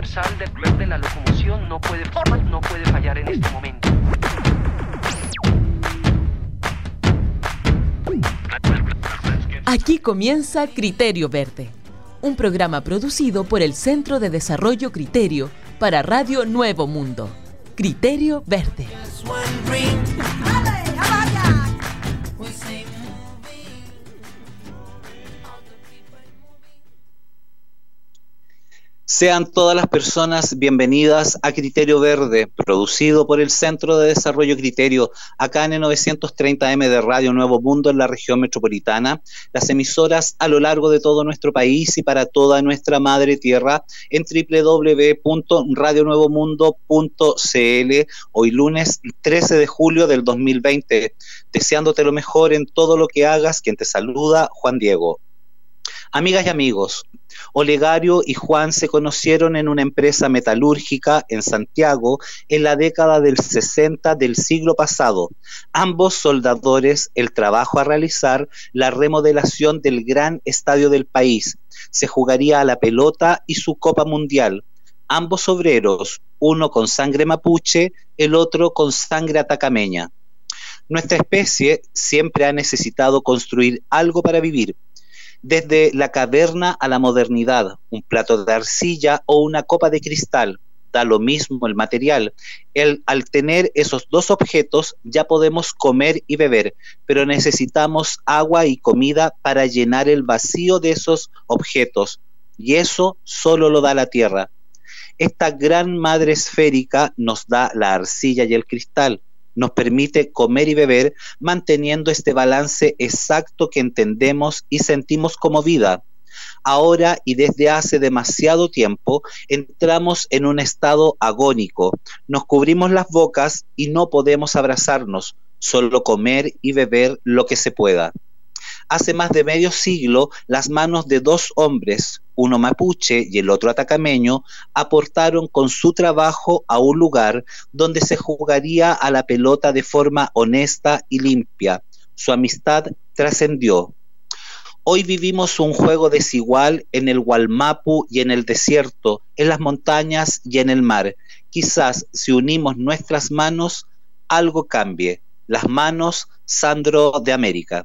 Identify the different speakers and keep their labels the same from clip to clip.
Speaker 1: dorsal de la locomoción no puede fallar en este momento.
Speaker 2: Aquí comienza Criterio Verde, un programa producido por el Centro de Desarrollo Criterio para Radio Nuevo Mundo. Criterio Verde.
Speaker 3: Sean todas las personas bienvenidas a Criterio Verde, producido por el Centro de Desarrollo Criterio, acá en el 930M de Radio Nuevo Mundo en la región metropolitana, las emisoras a lo largo de todo nuestro país y para toda nuestra madre tierra en www.radionuevomundo.cl, hoy lunes 13 de julio del 2020, deseándote lo mejor en todo lo que hagas. Quien te saluda, Juan Diego. Amigas y amigos, Olegario y Juan se conocieron en una empresa metalúrgica en Santiago en la década del 60 del siglo pasado. Ambos soldadores, el trabajo a realizar, la remodelación del gran estadio del país. Se jugaría a la pelota y su Copa Mundial. Ambos obreros, uno con sangre mapuche, el otro con sangre atacameña. Nuestra especie siempre ha necesitado construir algo para vivir. Desde la caverna a la modernidad, un plato de arcilla o una copa de cristal, da lo mismo el material. Al tener esos dos objetos ya podemos comer y beber, pero necesitamos agua y comida para llenar el vacío de esos objetos, y eso solo lo da la tierra. Esta gran madre esférica nos da la arcilla y el cristal. Nos permite comer y beber manteniendo este balance exacto que entendemos y sentimos como vida. Ahora y desde hace demasiado tiempo entramos en un estado agónico. Nos cubrimos las bocas y no podemos abrazarnos, solo comer y beber lo que se pueda. Hace más de medio siglo, las manos de dos hombres, uno mapuche y el otro atacameño, aportaron con su trabajo a un lugar donde se jugaría a la pelota de forma honesta y limpia. Su amistad trascendió. Hoy vivimos un juego desigual en el Gualmapu y en el desierto, en las montañas y en el mar. Quizás si unimos nuestras manos, algo cambie. Las manos, Sandro de América.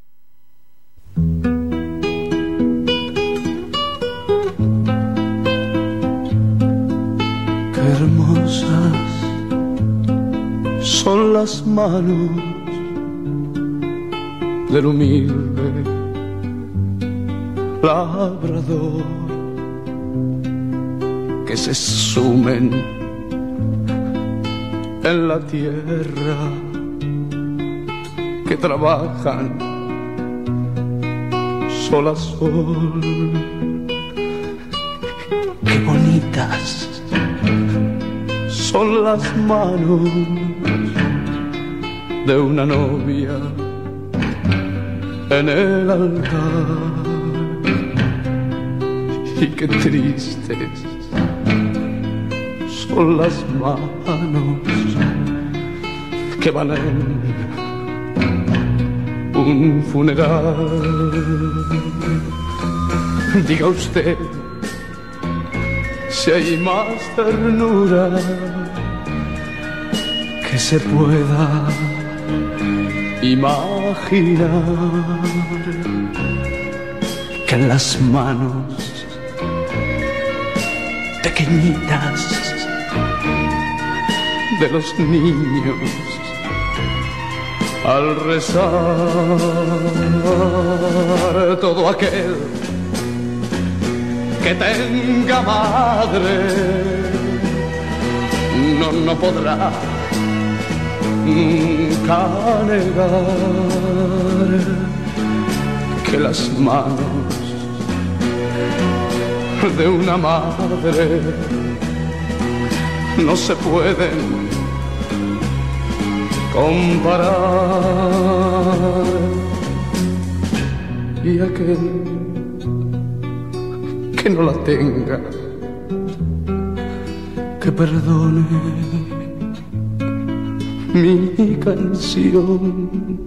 Speaker 4: Qué hermosas son las manos del humilde labrador que se sumen en la tierra, que trabajan sol a sol. Qué bonitas son las manos de una novia en el altar, y qué tristes son las manos que van en un funeral. Diga usted si hay más ternura que se pueda imaginar que en las manos pequeñitas de los niños al rezar. Todo aquel que tenga madre no podrá nunca negar que las manos de una madre no se pueden comparar. Y aquel que no la tenga, que perdone mi canción.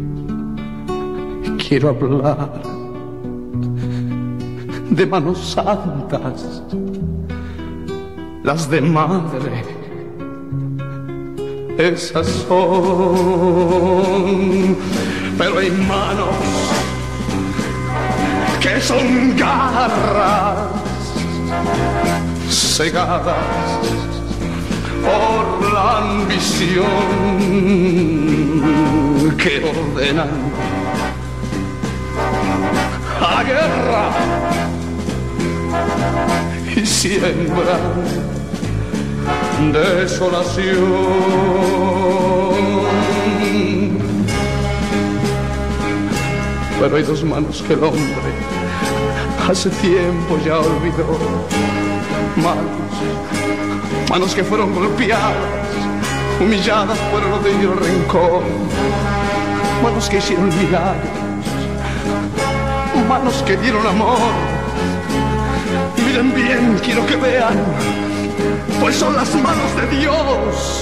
Speaker 4: Quiero hablar de manos santas, las de madre, esas son. Pero hay manos que son garras cegadas por la ambición que ordenan a guerra y siembran desolación. Pero hay dos manos que el hombre hace tiempo ya olvidó. Manos que fueron golpeadas, humilladas por el odio y el rencor. Manos que hicieron milagros, manos que dieron amor. Miren bien, quiero que vean, pues son las manos de Dios.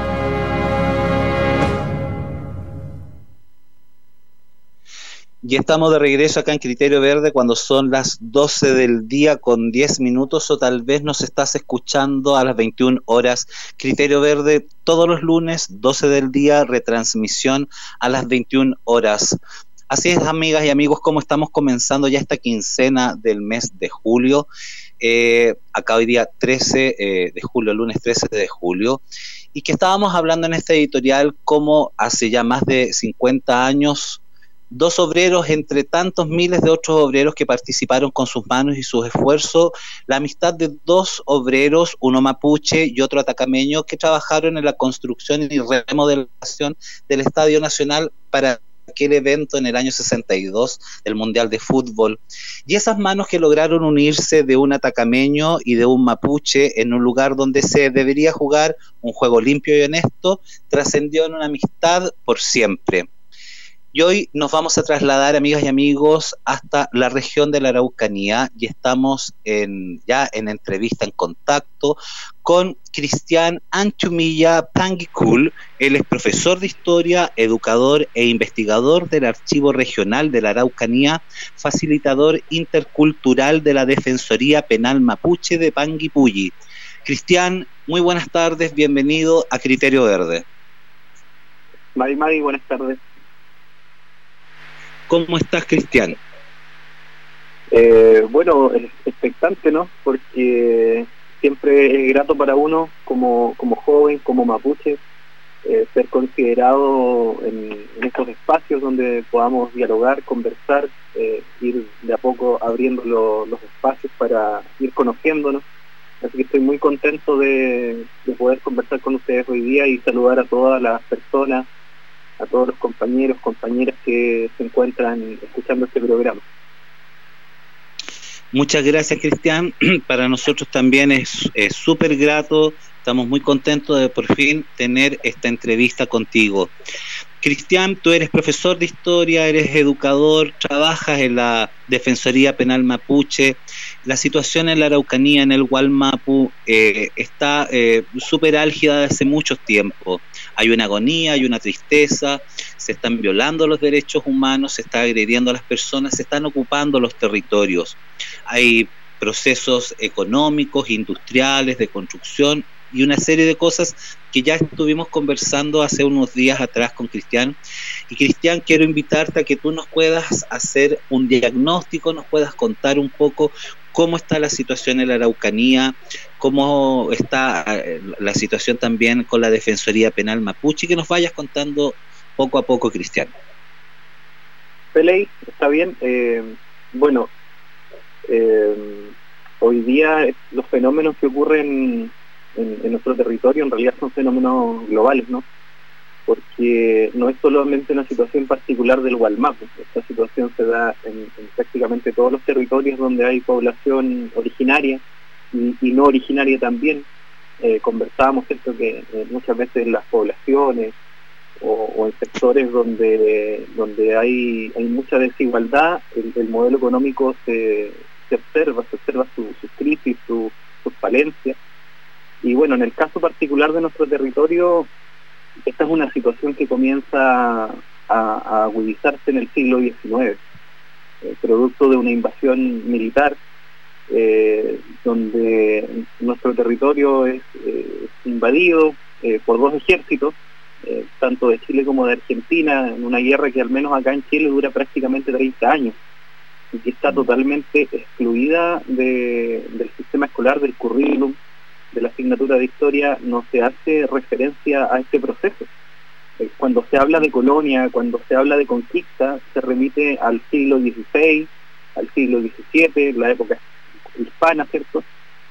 Speaker 3: Y estamos de regreso acá en Criterio Verde cuando son las 12 del día con 10 minutos, o tal vez nos estás escuchando a las 21 horas. Criterio Verde todos los lunes, 12 del día, retransmisión a las 21 horas. Así es, amigas y amigos, como estamos comenzando ya esta quincena del mes de julio. Acá hoy día 13 de julio, lunes 13 de julio, y que estábamos hablando en este editorial como hace ya más de 50 años, dos obreros entre tantos miles de otros obreros que participaron con sus manos y sus esfuerzos, la amistad de dos obreros, uno mapuche y otro atacameño, que trabajaron en la construcción y remodelación del Estadio Nacional para aquel evento en el año 62 del Mundial de Fútbol. Y esas manos que lograron unirse de un atacameño y de un mapuche en un lugar donde se debería jugar un juego limpio y honesto, trascendió en una amistad por siempre. Y hoy nos vamos a trasladar, amigas y amigos, hasta la región de la Araucanía, y estamos ya en entrevista, en contacto con Cristian Anchumilla Panguicul. Él es profesor de historia, educador e investigador del Archivo Regional de la Araucanía, facilitador intercultural de la Defensoría Penal Mapuche de Panguipulli. Cristian, muy buenas tardes, bienvenido a Criterio Verde.
Speaker 5: Mari, buenas tardes.
Speaker 3: ¿Cómo estás, Cristian?
Speaker 5: Bueno, expectante, ¿no? Porque siempre es grato para uno, como joven, como mapuche, ser considerado en estos espacios donde podamos dialogar, conversar, ir de a poco abriendo los espacios para ir conociéndonos. Así que estoy muy contento de poder conversar con ustedes hoy día y saludar a todas las personas, a todos los compañeros, compañeras que se encuentran escuchando este programa.
Speaker 3: Muchas gracias, Cristian. Para nosotros también es súper grato, estamos muy contentos de por fin tener esta entrevista contigo. Cristian, tú eres profesor de historia, eres educador, trabajas en la Defensoría Penal Mapuche. La situación en la Araucanía, en el Gualmapu, está súper álgida desde mucho tiempo. Hay una agonía, hay una tristeza, se están violando los derechos humanos, se está agrediendo a las personas, se están ocupando los territorios. Hay procesos económicos, industriales, de construcción y una serie de cosas que ya estuvimos conversando hace unos días atrás con Cristian. Y Cristian, quiero invitarte a que tú nos puedas hacer un diagnóstico, nos puedas contar un poco cómo está la situación en la Araucanía, cómo está la situación también con la Defensoría Penal Mapuche, y que nos vayas contando poco a poco, Cristian.
Speaker 5: Peley, está bien. Bueno, hoy día los fenómenos que ocurren en nuestro territorio en realidad son fenómenos globales, ¿no? Porque no es solamente una situación particular del Gualmapu. Esta situación se da en prácticamente todos los territorios donde hay población originaria y no originaria también. Conversábamos esto que muchas veces en las poblaciones o en sectores donde hay mucha desigualdad, el modelo económico se observa sus crisis, sus falencias. Y bueno, en el caso particular de nuestro territorio, esta es una situación que comienza a agudizarse en el siglo XIX, producto de una invasión militar donde nuestro territorio es invadido por dos ejércitos, tanto de Chile como de Argentina, en una guerra que al menos acá en Chile dura prácticamente 30 años y que está totalmente excluida del sistema escolar, del currículum, de la asignatura de historia. No se hace referencia a este proceso. Cuando se habla de colonia, cuando se habla de conquista, se remite al siglo XVI, al siglo XVII, la época hispana, ¿cierto?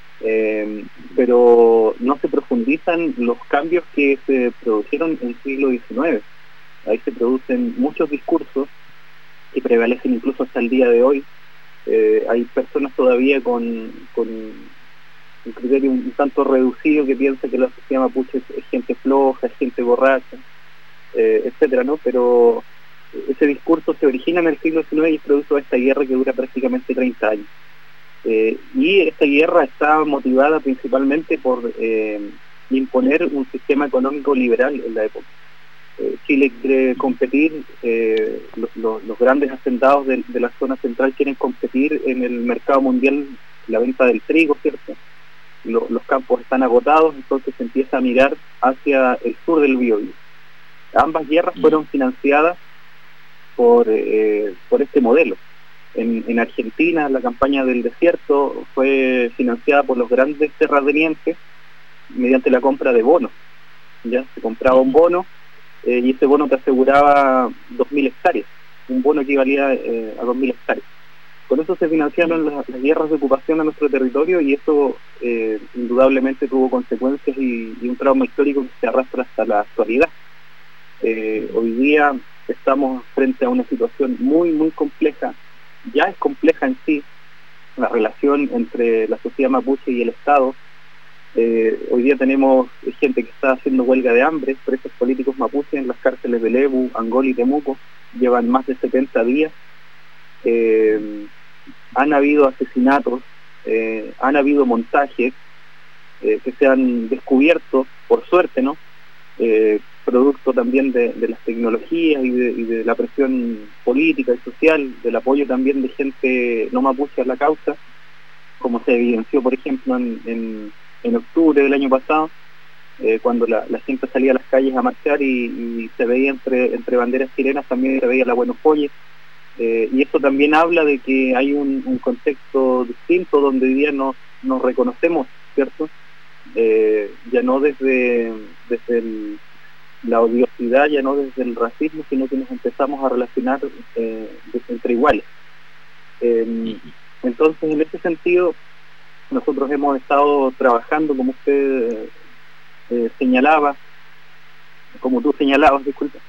Speaker 5: Pero no se profundizan los cambios que se produjeron en el siglo XIX. Ahí se producen muchos discursos que prevalecen incluso hasta el día de hoy. Hay personas todavía con un criterio un tanto reducido que piensa que la sociedad mapuche es gente floja, es gente borracha, etcétera, ¿no? Pero ese discurso se origina en el siglo XIX y es producto de esta guerra que dura prácticamente 30 años. Y esta guerra está motivada principalmente por imponer un sistema económico liberal en la época. Chile quiere competir, los grandes hacendados de la zona central quieren competir en el mercado mundial, la venta del trigo, ¿cierto? Los campos están agotados, entonces se empieza a mirar hacia el sur del Biobío. Ambas guerras fueron financiadas por este modelo. En Argentina, la campaña del desierto fue financiada por los grandes terratenientes mediante la compra de bonos. Ya se compraba un bono y ese bono te aseguraba 2.000 hectáreas, un bono equivalía a 2.000 hectáreas. Con eso se financiaron las guerras de ocupación a nuestro territorio y eso indudablemente tuvo consecuencias y un trauma histórico que se arrastra hasta la actualidad. Hoy día estamos frente a una situación muy, muy compleja. Ya es compleja en sí la relación entre la sociedad mapuche y el Estado. Hoy día tenemos gente que está haciendo huelga de hambre, presos políticos mapuches en las cárceles de Lebu, Angol y Temuco, llevan más de 70 días. Han habido asesinatos, han habido montajes que se han descubierto, por suerte, ¿no? Producto también de las tecnologías y de la presión política y social, del apoyo también de gente no mapuche a la causa, como se evidenció, por ejemplo, en octubre del año pasado, cuando la gente salía a las calles a marchar y se veía entre banderas chilenas, también se veía la Buenos Folles, y eso también habla de que hay un contexto distinto donde hoy día nos reconocemos, ¿cierto? Ya no desde la odiosidad, ya no desde el racismo, sino que nos empezamos a relacionar entre iguales. Entonces, en ese sentido, nosotros hemos estado trabajando, como usted señalaba, como tú señalabas, disculpa,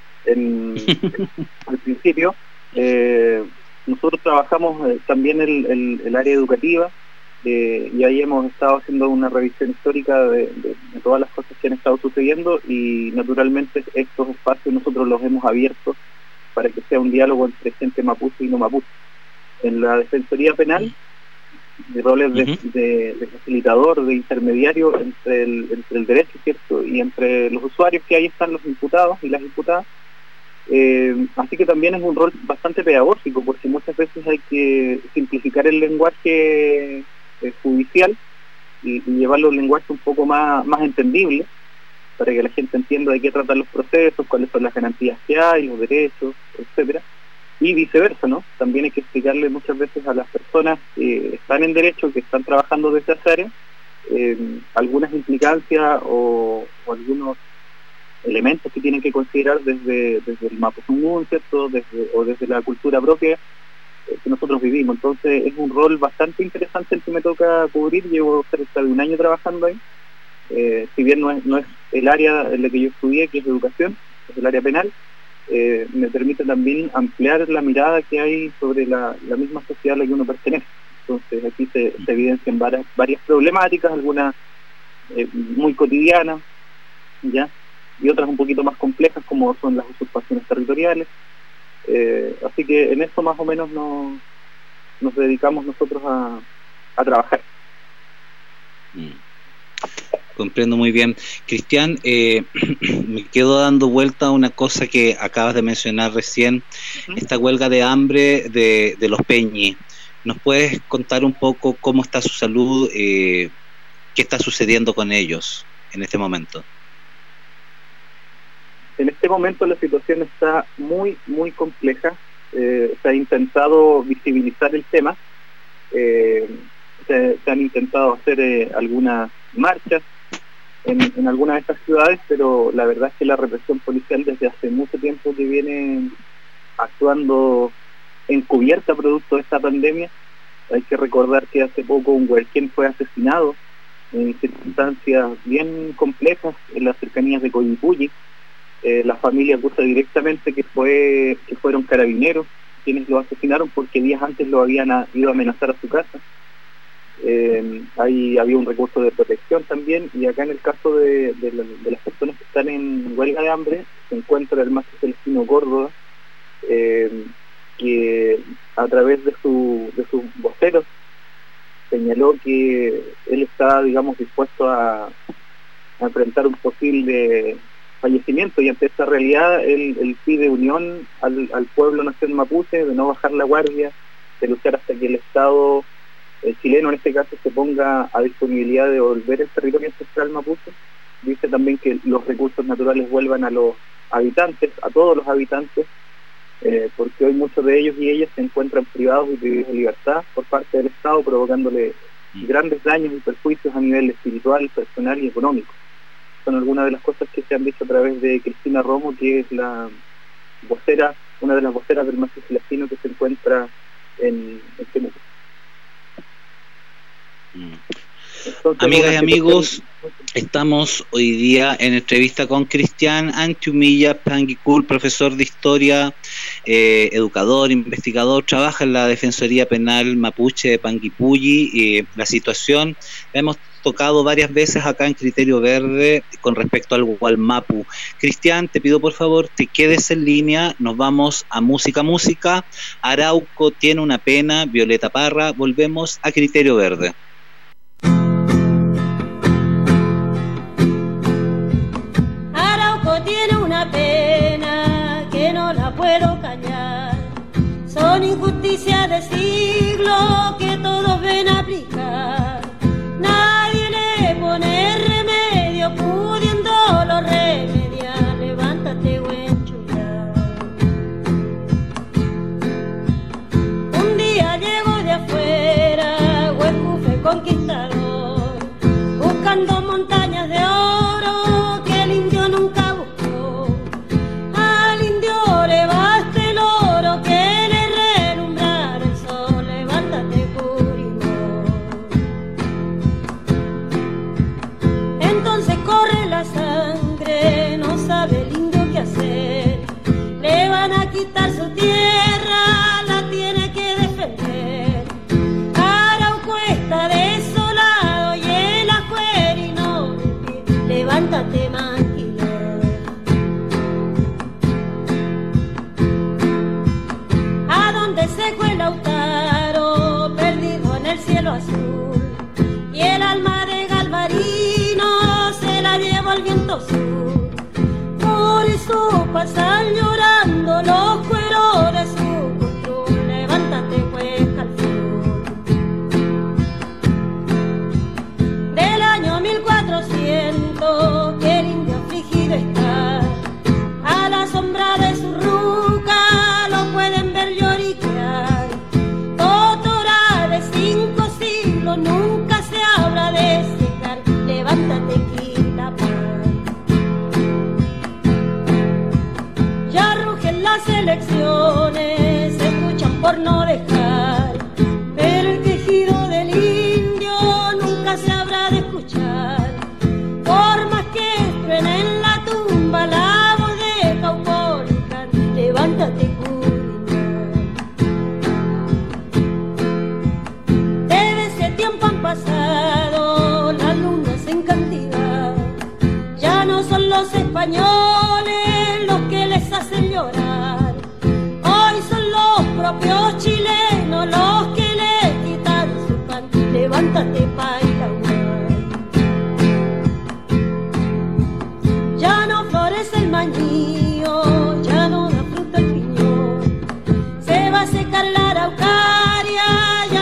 Speaker 5: al principio, nosotros trabajamos también el área educativa, y ahí hemos estado haciendo una revisión histórica de todas las cosas que han estado sucediendo y naturalmente estos espacios nosotros los hemos abierto para que sea un diálogo entre gente mapuche y no mapuche. En la Defensoría Penal, de roles de facilitador, de intermediario entre el derecho, ¿cierto? Y entre los usuarios, que ahí están los imputados y las imputadas. Así que también es un rol bastante pedagógico, porque muchas veces hay que simplificar el lenguaje judicial y llevarlo a un lenguaje un poco más entendible, para que la gente entienda de qué tratan los procesos, cuáles son las garantías que hay, los derechos, etcétera, y viceversa, ¿no? También hay que explicarle muchas veces a las personas que están en derecho, que están trabajando desde esa área, algunas implicancias o algunos elementos que tienen que considerar desde el Mapuzungún, ¿cierto? Desde la cultura propia que nosotros vivimos. Entonces es un rol bastante interesante el que me toca cubrir. Llevo cerca de un año trabajando ahí, si bien no es el área en la que yo estudié, que es educación, es el área penal. Me permite también ampliar la mirada que hay sobre la misma sociedad a la que uno pertenece. Entonces aquí se evidencian varias problemáticas, algunas muy cotidianas, ¿ya? Y otras un poquito más complejas, como son las usurpaciones territoriales. Así que en eso más o menos nos dedicamos nosotros a trabajar.
Speaker 3: Comprendo muy bien. Cristian, me quedo dando vuelta a una cosa que acabas de mencionar recién, esta huelga de hambre de los Peñi. ¿Nos puedes contar un poco cómo está su salud? ¿Qué está sucediendo con ellos en este momento?
Speaker 5: En este momento la situación está muy, muy compleja. Se ha intentado visibilizar el tema. Se han intentado hacer algunas marchas en algunas de estas ciudades, pero la verdad es que la represión policial desde hace mucho tiempo que viene actuando encubierta producto de esta pandemia. Hay que recordar que hace poco un huelquén fue asesinado en circunstancias bien complejas en las cercanías de Coyipulli. La familia acusa directamente que fueron carabineros quienes lo asesinaron porque días antes lo habían ido a amenazar a su casa. Ahí había un recurso de protección también, y acá en el caso de las personas que están en huelga de hambre se encuentra el maestro Celestino Córdoba, que a través de sus voceros señaló que él está, digamos, dispuesto a enfrentar un posible fallecimiento, y ante esta realidad él pide unión al pueblo nación mapuche, de no bajar la guardia, de luchar hasta que el Estado chileno en este caso se ponga a disponibilidad de devolver el territorio ancestral mapuche. Dice también que los recursos naturales vuelvan a los habitantes, a todos los habitantes, porque hoy muchos de ellos y ellas se encuentran privados y privados de libertad por parte del Estado, provocándole grandes daños y perjuicios a nivel espiritual, personal y económico. Son algunas de las cosas que se han dicho a través de Cristina Romo, que es la vocera, una de las voceras del macizo celestino que se encuentra en Temuco. Entonces,
Speaker 3: amigas y amigos, estamos hoy día en entrevista con Cristian Antiumilla Panguicul, profesor de historia, educador, investigador, trabaja en la Defensoría Penal Mapuche de Panguipulli. La situación la hemos tocado varias veces acá en Criterio Verde con respecto al Gualmapu. Cristian, te pido por favor te quedes en línea, nos vamos a música. Arauco tiene una pena, Violeta Parra, volvemos a Criterio Verde.
Speaker 6: Tiene una pena que no la puedo callar. Son injusticias de siglo que todos ven aplicar. Nadie le pone remedio, pudiéndolo remediar. Levántate, buen chullar. Un día llegó de afuera Huecufe conquistador, buscando montañas de oro que el indio nunca. Quitar su tierra, la tiene que defender. Arauco está desolado y el ajuerino de pie. Levántate, manquiler. A donde se fue Lautaro, perdido en el cielo azul, y el alma de Galvarino se la llevó al viento sur. Por eso pasan llorando los cueros de su control. Levántate, pues, calzón. Del año 1400 que el indio afligido está, a la sombra de su ruca lo pueden ver lloriquear. Totora de 5 siglos nunca se habla de secar. Levántate, las elecciones se escuchan por no dejar, pero el quejido del indio nunca se habrá de escuchar. Por más que truene en la tumba la voz de Caupolicán, levántate, Curiñán. Desde ese tiempo han pasado las lunas en cantidad, ya no son los españoles los que les hacen llorar. Hoy son los propios chilenos los que le quitan su pan. Levántate, Pairahuay. Ya no florece el mañío, ya no da fruto el piñón, se va a secar la araucaria, ya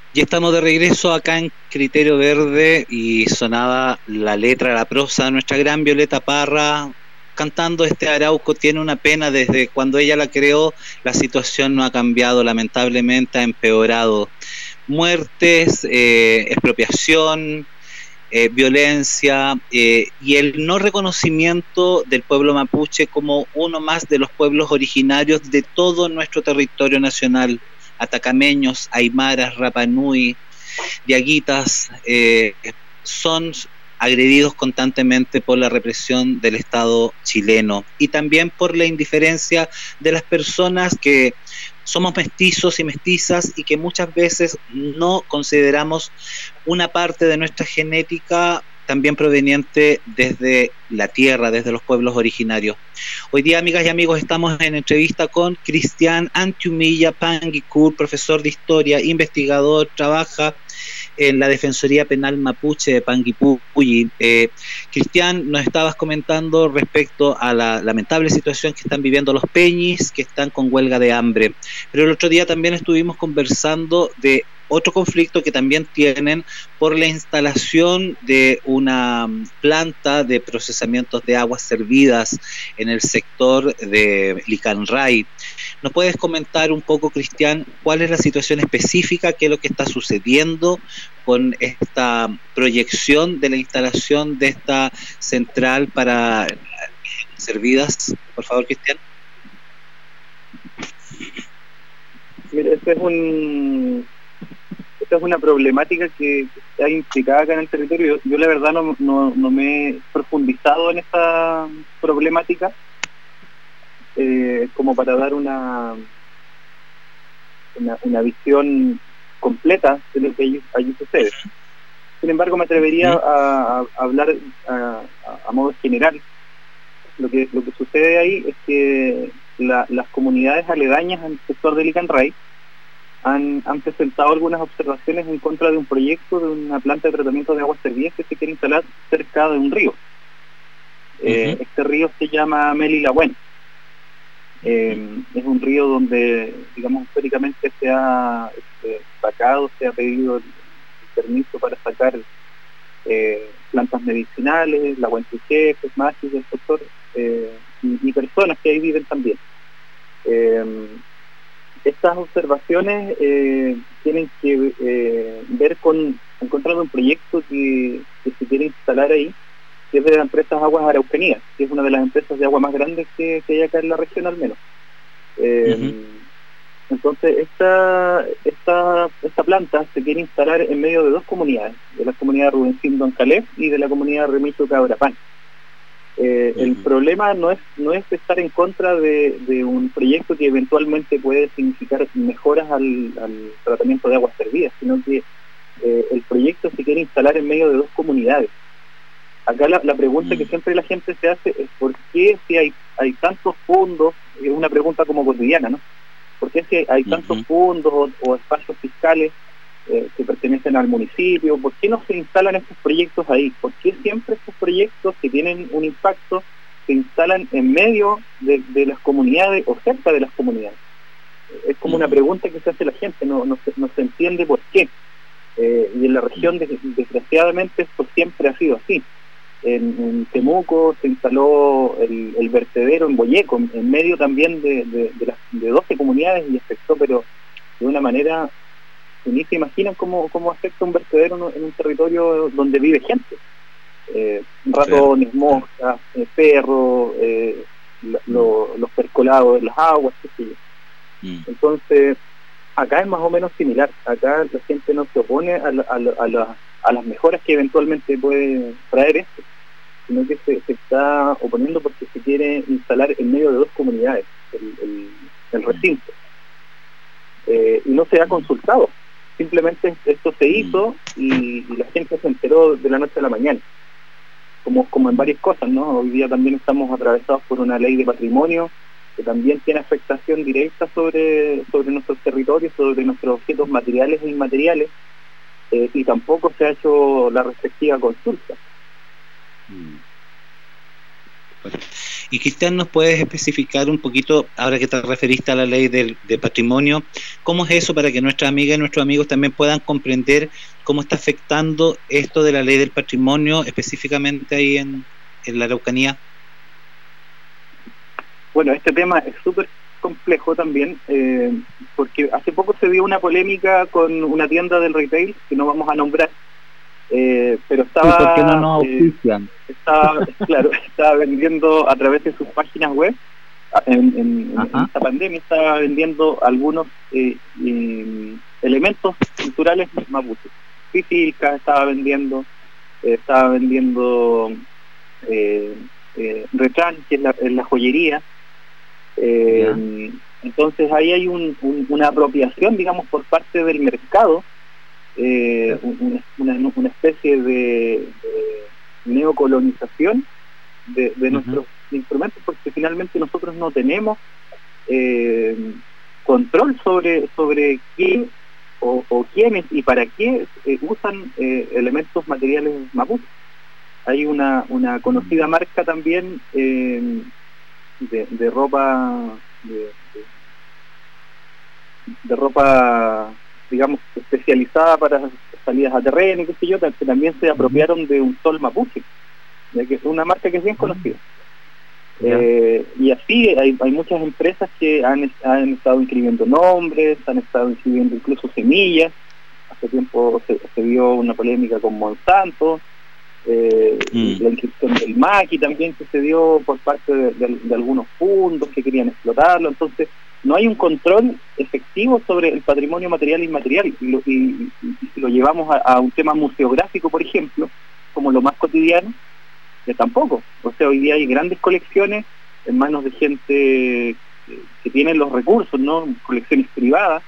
Speaker 3: Ya estamos de regreso acá en Criterio Verde y sonaba la letra, la prosa de nuestra gran Violeta Parra cantando este Arauco tiene una pena. Desde cuando ella la creó la situación no ha cambiado, lamentablemente ha empeorado. Muertes, expropiación, violencia y el no reconocimiento del pueblo mapuche como uno más de los pueblos originarios de todo nuestro territorio nacional. Atacameños, aymaras, rapanui, diaguitas, son agredidos constantemente por la represión del Estado chileno y también por la indiferencia de las personas que somos mestizos y mestizas y que muchas veces no consideramos una parte de nuestra genética también proveniente desde la tierra, desde los pueblos originarios. Hoy día, amigas y amigos, estamos en entrevista con Cristian Antiumilla Panguicur, profesor de historia, investigador, trabaja en la Defensoría Penal Mapuche de Panguipulli. Cristian, nos estabas comentando respecto a la lamentable situación que están viviendo los peñis, que están con huelga de hambre. Pero el otro día también estuvimos conversando de otro conflicto que también tienen por la instalación de una planta de procesamientos de aguas servidas en el sector de Licanray. ¿Nos puedes comentar un poco, Cristian, cuál es la situación específica, qué es lo que está sucediendo con esta proyección de la instalación de esta central para servidas? Por favor, Cristian.
Speaker 5: Mira, esta es una problemática que está implicada acá en el territorio. Yo la verdad no me he profundizado en esta problemática como para dar una visión completa de lo que allí sucede. Sin embargo, me atrevería a hablar a modo general. Lo que sucede ahí es que las comunidades aledañas al sector de Licanray han presentado algunas observaciones en contra de un proyecto de una planta de tratamiento de aguas servidas que se quiere instalar cerca de un río. Este río se llama Melilahuen. Es un río donde, digamos, históricamente se ha sacado, se ha pedido el permiso para sacar plantas medicinales, lahuentuchefes, machis del sector, y personas que ahí viven también. Estas observaciones tienen que ver con encontrar un proyecto que se quiere instalar ahí, que es de la empresa Aguas Araucanías, que es una de las empresas de agua más grandes que hay acá en la región al menos. Entonces esta planta se quiere instalar en medio de dos comunidades, de la comunidad Rubencín Don Calef y de la comunidad Remito Cabrapán. El problema no es estar en contra de un proyecto que eventualmente puede significar mejoras al tratamiento de aguas servidas, sino que el proyecto se quiere instalar en medio de dos comunidades. Acá la pregunta que siempre la gente se hace es ¿por qué si hay tantos fondos? Es una pregunta como cotidiana, ¿no? ¿Por qué si hay tantos fondos o espacios fiscales que pertenecen al municipio? ¿Por qué no se instalan estos proyectos ahí? ¿Por qué siempre estos proyectos que tienen un impacto se instalan en medio de las comunidades o cerca de las comunidades? Es como una pregunta que se hace la gente, no se entiende por qué. Y en la región, desgraciadamente, esto siempre ha sido así. En Temuco se instaló el vertedero en Boyeco, en medio también de 12 comunidades, y afectó, pero de una manera que ni se imaginan cómo afecta un vertedero en un territorio donde vive gente. Ratones, moscas, perros, los percolados de las aguas, qué sé yo. Entonces, acá es más o menos similar. Acá la gente no se opone a las mejoras que eventualmente puede traer esto, sino que se está oponiendo porque se quiere instalar en medio de dos comunidades el recinto. Y no se ha consultado. Simplemente esto se hizo y la gente se enteró de la noche a la mañana. Como en varias cosas, ¿no? Hoy día también estamos atravesados por una ley de patrimonio que también tiene afectación directa sobre nuestros territorios, sobre nuestros objetos materiales e inmateriales, y tampoco se ha hecho la respectiva consulta.
Speaker 3: Y Cristian, ¿nos puedes especificar un poquito, ahora que te referiste a la ley de patrimonio, cómo es eso para que nuestras amigas y nuestros amigos también puedan comprender cómo está afectando esto de la ley del patrimonio específicamente ahí en la Araucanía?
Speaker 5: Bueno, este tema es súper complejo también, porque hace poco se dio una polémica con una tienda del retail, que no vamos a nombrar, pero estaba...
Speaker 3: ¿Por qué no nos auspician?
Speaker 5: Estaba vendiendo a través de sus páginas web, en esta pandemia, estaba vendiendo algunos elementos culturales mapuches. Pipilca estaba vendiendo retran, que es la joyería. Entonces ahí hay una apropiación, digamos, por parte del mercado, una especie de neocolonización de nuestros instrumentos, porque finalmente nosotros no tenemos control sobre qué o quiénes y para qué usan elementos materiales mapuches. Hay una conocida marca también de ropa de ropa, digamos, especializada para salidas a terreno y qué sé yo, que también se apropiaron de un sol mapuche, ya que es una marca que es bien conocida. Y así hay muchas empresas que han estado inscribiendo nombres, han estado inscribiendo incluso semillas. Hace tiempo se vio una polémica con Monsanto, la inscripción del maqui también que se dio por parte de algunos fundos que querían explotarlo. Entonces no hay un control efectivo sobre el patrimonio material e inmaterial, y si lo llevamos a un tema museográfico, por ejemplo, como lo más cotidiano, que tampoco. O sea, hoy día hay grandes colecciones en manos de gente que tienen los recursos, ¿no? Colecciones privadas,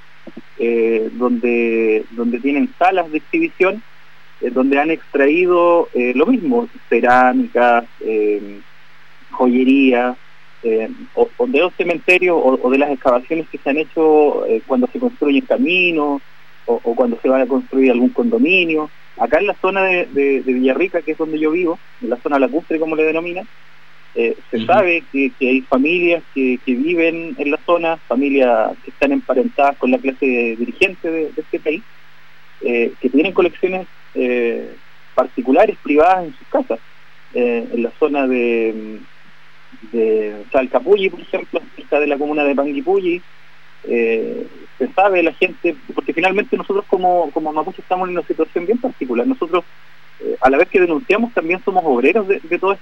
Speaker 5: donde tienen salas de exhibición, donde han extraído lo mismo, cerámicas, joyería, o de los cementerios o de las excavaciones que se han hecho cuando se construyen caminos o cuando se va a construir algún condominio. Acá en la zona de Villarrica, que es donde yo vivo, en la zona lacustre como le denominan, se sabe que hay familias que viven en la zona, familias que están emparentadas con la clase dirigente de este país, que tienen colecciones particulares, privadas en sus casas. En la zona de Chalcapulli, por ejemplo, cerca de la comuna de Panguipulli, se sabe la gente, porque finalmente nosotros como mapuches estamos en una situación bien particular. Nosotros, a la vez que denunciamos, también somos obreros de toda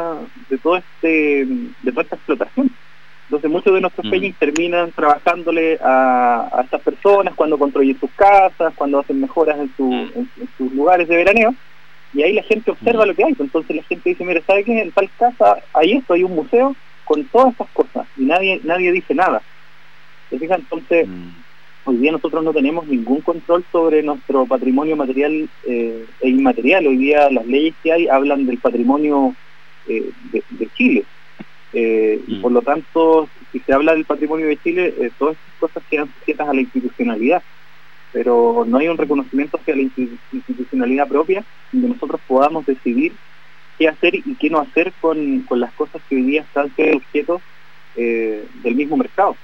Speaker 5: esta explotación. Entonces muchos de nuestros peñas terminan trabajándole a estas personas cuando construyen sus casas, cuando hacen mejoras en sus lugares de veraneo, y ahí la gente observa lo que hay. Entonces la gente dice, mira, ¿sabe qué? En tal casa hay esto, hay un museo con todas estas cosas, y nadie dice nada. ¿Se fijan? Entonces, hoy día nosotros no tenemos ningún control sobre nuestro patrimonio material e inmaterial. Hoy día las leyes que hay hablan del patrimonio de Chile. Y por lo tanto, si se habla del patrimonio de Chile, todas estas cosas quedan sujetas a la institucionalidad. Pero no hay un reconocimiento hacia la institucionalidad propia, donde nosotros podamos decidir qué hacer y qué no hacer con las cosas que hoy día están siendo objeto del mismo mercado.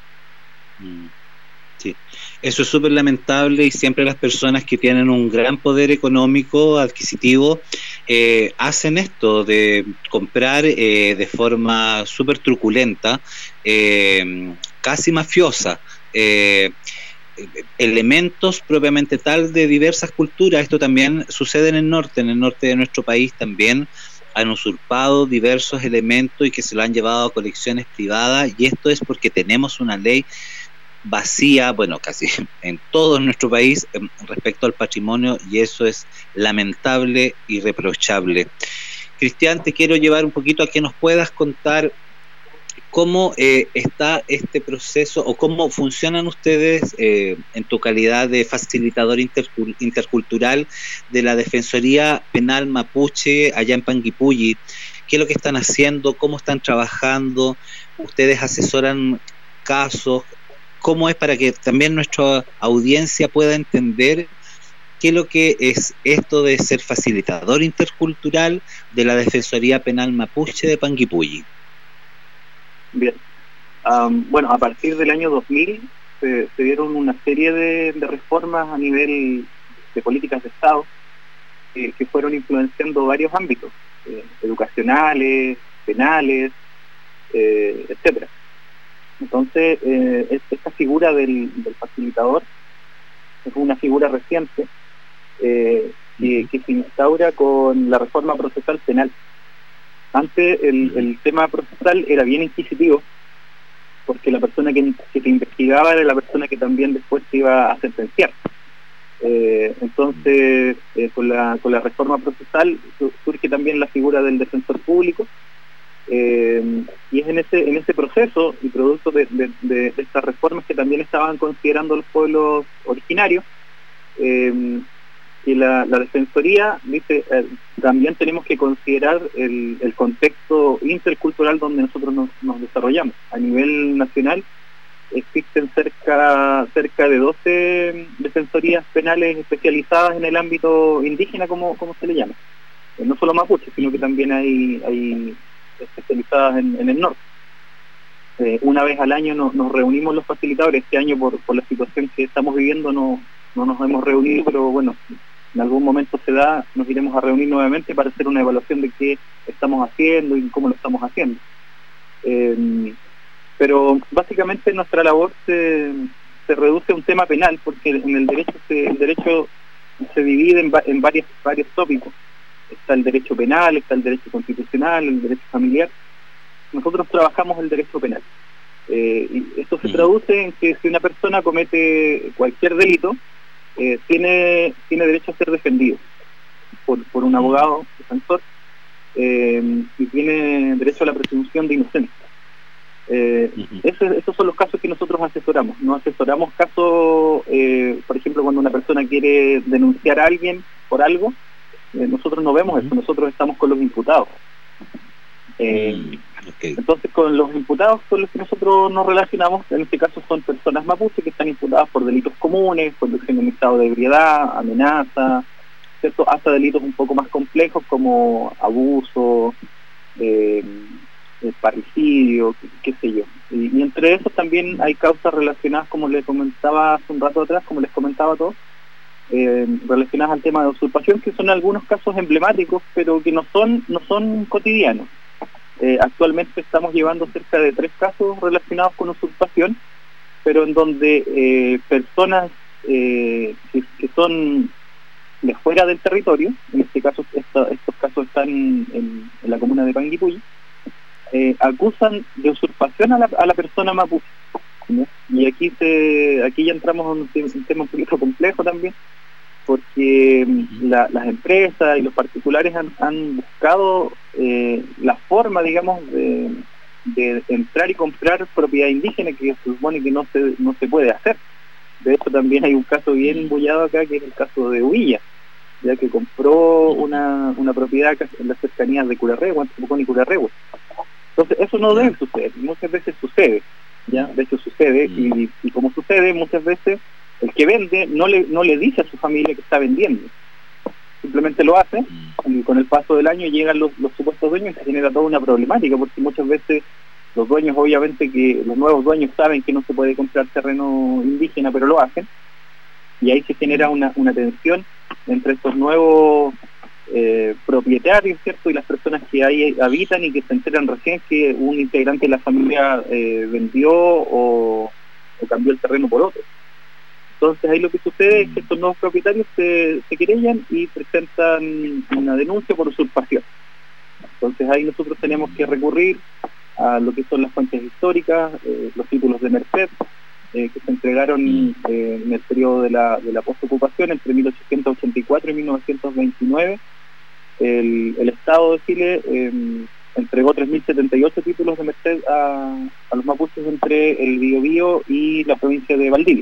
Speaker 3: Sí, eso es súper lamentable, y siempre las personas que tienen un gran poder económico adquisitivo hacen esto de comprar de forma súper truculenta, casi mafiosa, elementos propiamente tal de diversas culturas. Esto también sucede en el norte de nuestro país. También han usurpado diversos elementos y que se lo han llevado a colecciones privadas, y esto es porque tenemos una ley vacía, bueno, casi en todo nuestro país, respecto al patrimonio, y eso es lamentable y reprochable. Cristian, te quiero llevar un poquito a que nos puedas contar cómo está este proceso, o cómo funcionan ustedes en tu calidad de facilitador intercultural de la Defensoría Penal Mapuche allá en Panguipulli. ¿Qué es lo que están haciendo? ¿Cómo están trabajando? ¿Ustedes asesoran casos? ¿Cómo es, para que también nuestra audiencia pueda entender qué es lo que es esto de ser facilitador intercultural de la Defensoría Penal Mapuche de Panguipulli.
Speaker 5: Bien. Bueno, a partir del año 2000 se dieron una serie de reformas a nivel de políticas de Estado que fueron influenciando varios ámbitos, educacionales, penales, etcétera. Entonces, esta figura del facilitador es una figura reciente que se instaura con la reforma procesal penal. Antes el tema procesal era bien inquisitivo, porque la persona que te investigaba era la persona que también después te iba a sentenciar. Entonces, con la reforma procesal surge también la figura del defensor público, y es en ese proceso y producto de estas reformas que también estaban considerando los pueblos originarios, y la Defensoría dice, también tenemos que considerar el contexto intercultural donde nosotros nos desarrollamos. A nivel nacional existen cerca de 12 defensorías penales especializadas en el ámbito indígena, como se le llama. No solo mapuche, sino que también hay especializadas en el norte. Una vez al año nos reunimos los facilitadores. Este año por la situación que estamos viviendo no nos hemos reunido, pero bueno, en algún momento se da, nos iremos a reunir nuevamente para hacer una evaluación de qué estamos haciendo y cómo lo estamos haciendo. Pero básicamente nuestra labor se reduce a un tema penal, porque en el derecho se divide en varios tópicos. Está el derecho penal, está el derecho constitucional, el derecho familiar. Nosotros trabajamos el derecho penal. Y esto se traduce en que si una persona comete cualquier delito, tiene derecho a ser defendido por un abogado defensor, y tiene derecho a la presunción de inocencia. Esos son los casos que nosotros asesoramos. No asesoramos casos, por ejemplo, cuando una persona quiere denunciar a alguien por algo, nosotros no vemos eso, nosotros estamos con los imputados. Entonces, con los imputados con los que nosotros nos relacionamos, en este caso son personas mapuche que están imputadas por delitos comunes, conducción en estado de ebriedad, amenaza, ¿cierto? Hasta delitos un poco más complejos como abuso, parricidio, qué sé yo. Y entre esos también hay causas relacionadas, como les comentaba hace un rato atrás, como les comentaba a todos, relacionadas al tema de usurpación, que son algunos casos emblemáticos, pero que no son cotidianos. Actualmente estamos llevando cerca de 3 casos relacionados con usurpación, pero en donde personas que son de fuera del territorio, en este caso estos casos están en la comuna de Panguipulli, acusan de usurpación a la persona mapuche, ¿no? Y aquí ya entramos en un tema un poquito complejo también, porque las empresas y los particulares han buscado la forma, digamos, de entrar y comprar propiedad indígena, que se supone que no se puede hacer. De hecho, también hay un caso bien bullado acá, que es el caso de Huilla, ya que compró una propiedad en las cercanías de Curarrehue, Antofagasta y Curarrehue. Entonces, eso no debe suceder, muchas veces sucede, ¿ya? De hecho sucede, y como sucede, muchas veces el que vende no le dice a su familia que está vendiendo, simplemente lo hace, y con el paso del año llegan los supuestos dueños y se genera toda una problemática, porque muchas veces los dueños, obviamente que los nuevos dueños saben que no se puede comprar terreno indígena, pero lo hacen, y ahí se genera una tensión entre estos nuevos propietarios, ¿cierto? Y las personas que ahí habitan y que se enteran recién que un integrante de la familia vendió o cambió el terreno por otro. Entonces ahí lo que sucede es que estos nuevos propietarios se querellan y presentan una denuncia por usurpación. Entonces ahí nosotros tenemos que recurrir a lo que son las fuentes históricas, los títulos de merced, que se entregaron en el periodo de la postocupación entre 1884 y 1929. El Estado de Chile entregó 3.078 títulos de merced a los mapuches entre el Biobío y la provincia de Valdivia.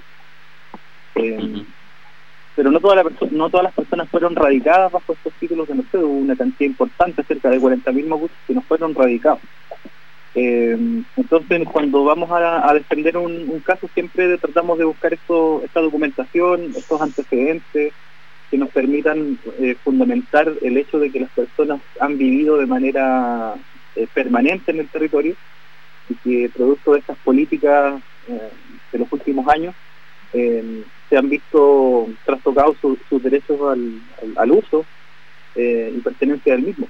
Speaker 5: Pero no todas las personas fueron radicadas bajo estos títulos de merced. Hubo una cantidad importante, cerca de 40.000 mapuches que no fueron radicados. Entonces, cuando vamos a defender un caso, siempre tratamos de buscar esta documentación, estos antecedentes, que nos permitan fundamentar el hecho de que las personas han vivido de manera permanente en el territorio y que producto de estas políticas de los últimos años se han visto trastocados sus derechos al uso y pertenencia del mismo.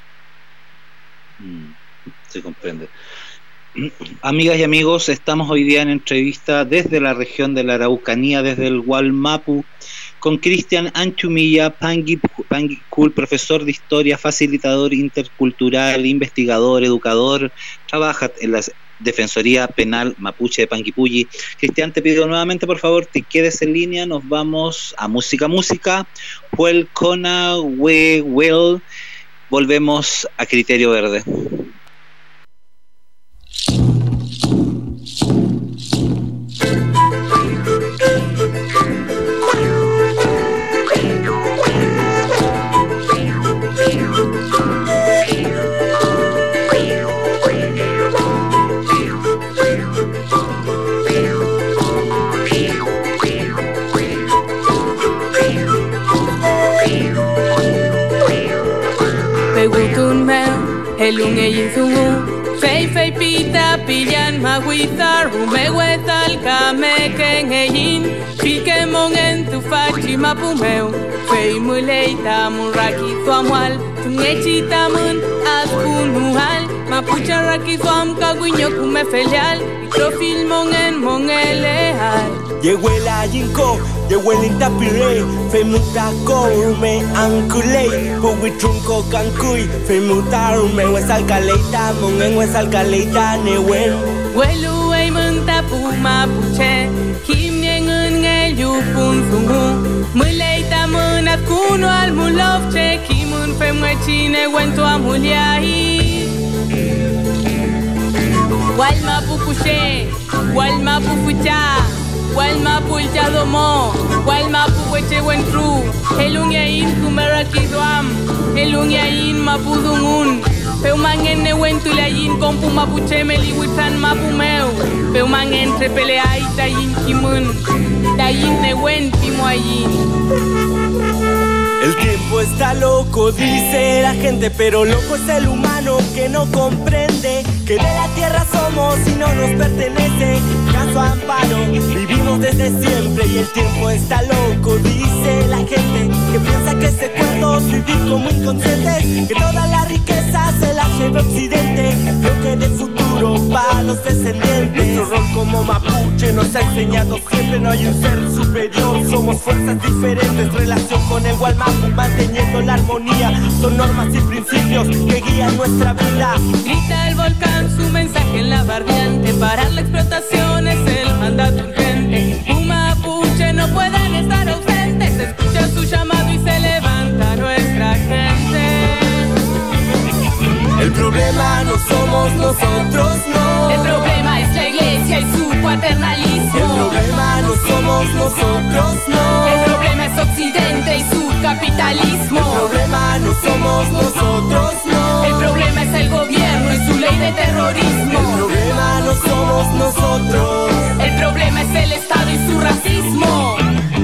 Speaker 3: Se comprende. Amigas y amigos, estamos hoy día en entrevista desde la región de la Araucanía, desde el Wallmapu, con Cristian Anchumilla Panguipul, profesor de historia, facilitador intercultural, investigador, educador, trabaja en la Defensoría Penal Mapuche de Panguipulli. Cristian, te pido nuevamente, por favor, te quedes en línea, nos vamos a música, Huel Kona We Well, volvemos a Criterio Verde.
Speaker 7: Helung e yinzungu Fei pita pillan maguizar Rumehuetal kameken e yin Pilkemon en tu fachi mapumeu Fei muleita muraki zuamual Tungechita mun azpunual Mapucha raki zuam kaguinyo kume felial Microfilmon en mon eleal
Speaker 8: Yehuela yinko Yehuelita pire Femuta korume ankule Huwi trunko kankui Femuta rume wesalkaleita Mongen wesalkaleita newen
Speaker 7: Welu ei munta puma puche Kimnien en el yupun sungu Muleita munat kuno al mulovche Kimun femwechine wento amuliahi Walmapu puche Walmapu pucha Walmapu el yadomo, Walmapu weche wentru, Helunyain kumerakidwam, Helunyain mapudungun, Peumangen ne wentulayin kompu mapuche meliwitan mapumeu, Peumangen trepeleai tayin kimun, Tayin ne wentimoayin.
Speaker 8: El tiempo está loco, dice la gente, pero loco es el humano que no comprende que de la tierra somos y no nos pertenece. Caso amparo, vivimos desde siempre y el tiempo está loco, dice la gente, que piensa que se cuerdos vivir como inconscientes, que toda la riqueza se la lleva Occidente, lo que de futuro para los descendientes. Nuestro rol como mapuche nos ha enseñado siempre, no hay un ser superior, somos fuerzas diferentes, relación con el Wallmapu, manteniendo la armonía, son normas y principios que guían nuestra vida.
Speaker 7: Grita el volcán su mensaje en la barriante, parar la explotación es el mandato urgente. Un mapuche no pueden estar ausentes, escucha su llamado y se levanta nuestra gente.
Speaker 8: El problema no somos nosotros, no.
Speaker 7: El problema es la iglesia y su paternalismo.
Speaker 8: El problema no somos nosotros, no.
Speaker 7: El problema es Occidente y su capitalismo.
Speaker 8: El problema no somos nosotros, no.
Speaker 7: El problema es el gobierno y su ley de terrorismo.
Speaker 8: El problema no somos nosotros.
Speaker 7: El problema es el Estado y su racismo.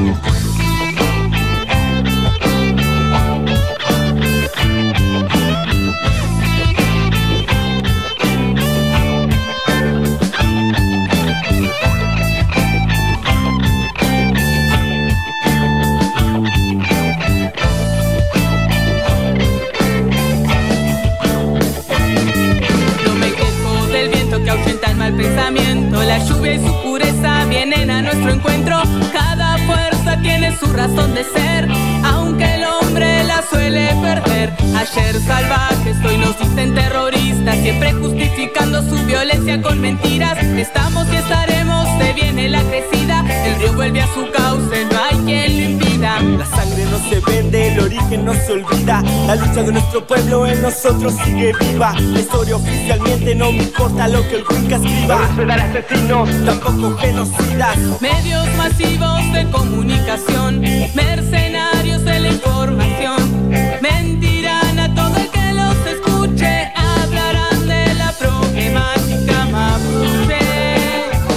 Speaker 7: Pensamiento, la lluvia y su pureza vienen a nuestro encuentro. Cada fuerza tiene su razón de ser, aunque el hombre la suele perder. Ayer salvajes, hoy nos dicen terroristas, siempre justificando su violencia con mentiras. Estamos y estaremos, se viene la crecida, el río vuelve a su cauce, no hay quien lo impida.
Speaker 8: La sangre no se vende, el origen no se olvida, la lucha de nuestro pueblo en nosotros sigue viva. La historia oficialmente no me importa lo que el Cuenca escriba. No esperar asesinos, tampoco genocidas.
Speaker 7: Medios masivos de comunicación, mercenarios de la información, mentirán a todo el que los escuche, hablarán de la problemática mapuche.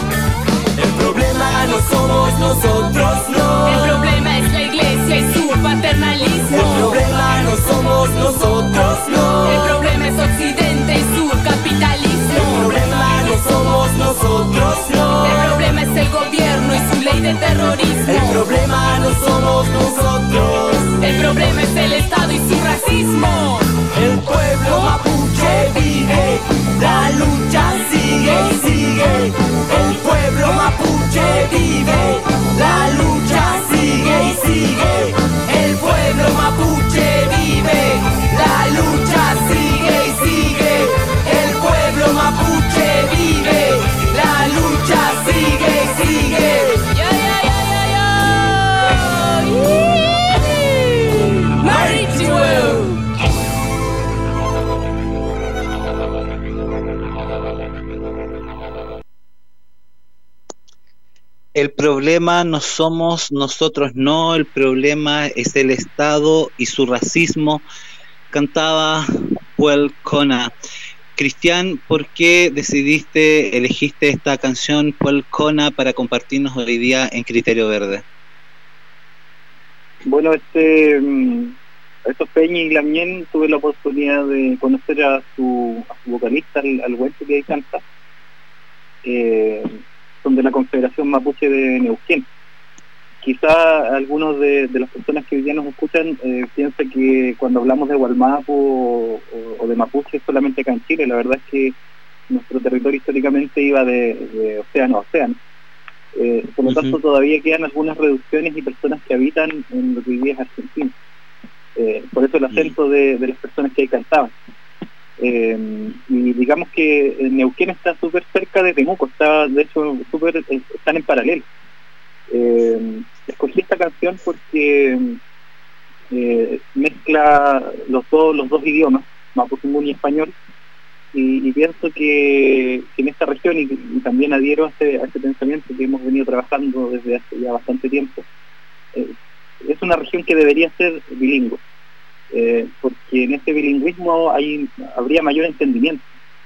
Speaker 8: El problema no somos nosotros, no.
Speaker 7: El problema es la iglesia y su de terrorismo.
Speaker 8: El problema no somos nosotros,
Speaker 7: el problema es el Estado y su racismo.
Speaker 8: el pueblo mapuche vive, la lucha sigue y sigue. El pueblo mapuche vive, la lucha sigue y sigue. El pueblo mapuche vive, la lucha sigue y sigue. El pueblo mapuche vive, la lucha sigue y sigue.
Speaker 7: Ya, ya, ya, ya, ya. Marichihueu.
Speaker 3: El problema no somos nosotros, no, el problema es el Estado y su racismo, cantaba Puel Kona. Cristian, ¿por qué elegiste esta canción Puel Kona para compartirnos hoy día en Criterio Verde?
Speaker 5: Bueno, estos Peña y Lamien tuve la oportunidad de conocer a su vocalista, al Huente, que ahí canta. Son de la Confederación Mapuche de Neuquén. Quizá algunos de las personas que hoy día nos escuchan piensan que cuando hablamos de Gualmapu o de Mapuche es solamente acá en Chile. La verdad es que nuestro territorio históricamente iba de océano a océano. Por lo tanto, todavía quedan algunas reducciones y personas que habitan en lo que hoy día es Argentina. Por eso el acento de las personas que ahí cantaban. Y digamos que Neuquén está súper cerca de Temuco, de hecho están en paralelo. Escogí esta canción porque mezcla los dos idiomas, mapudungun y español, y pienso que en esta región, y también adhiero a este pensamiento que hemos venido trabajando desde hace ya bastante tiempo, es una región que debería ser bilingüe. Porque en este bilingüismo habría mayor entendimiento,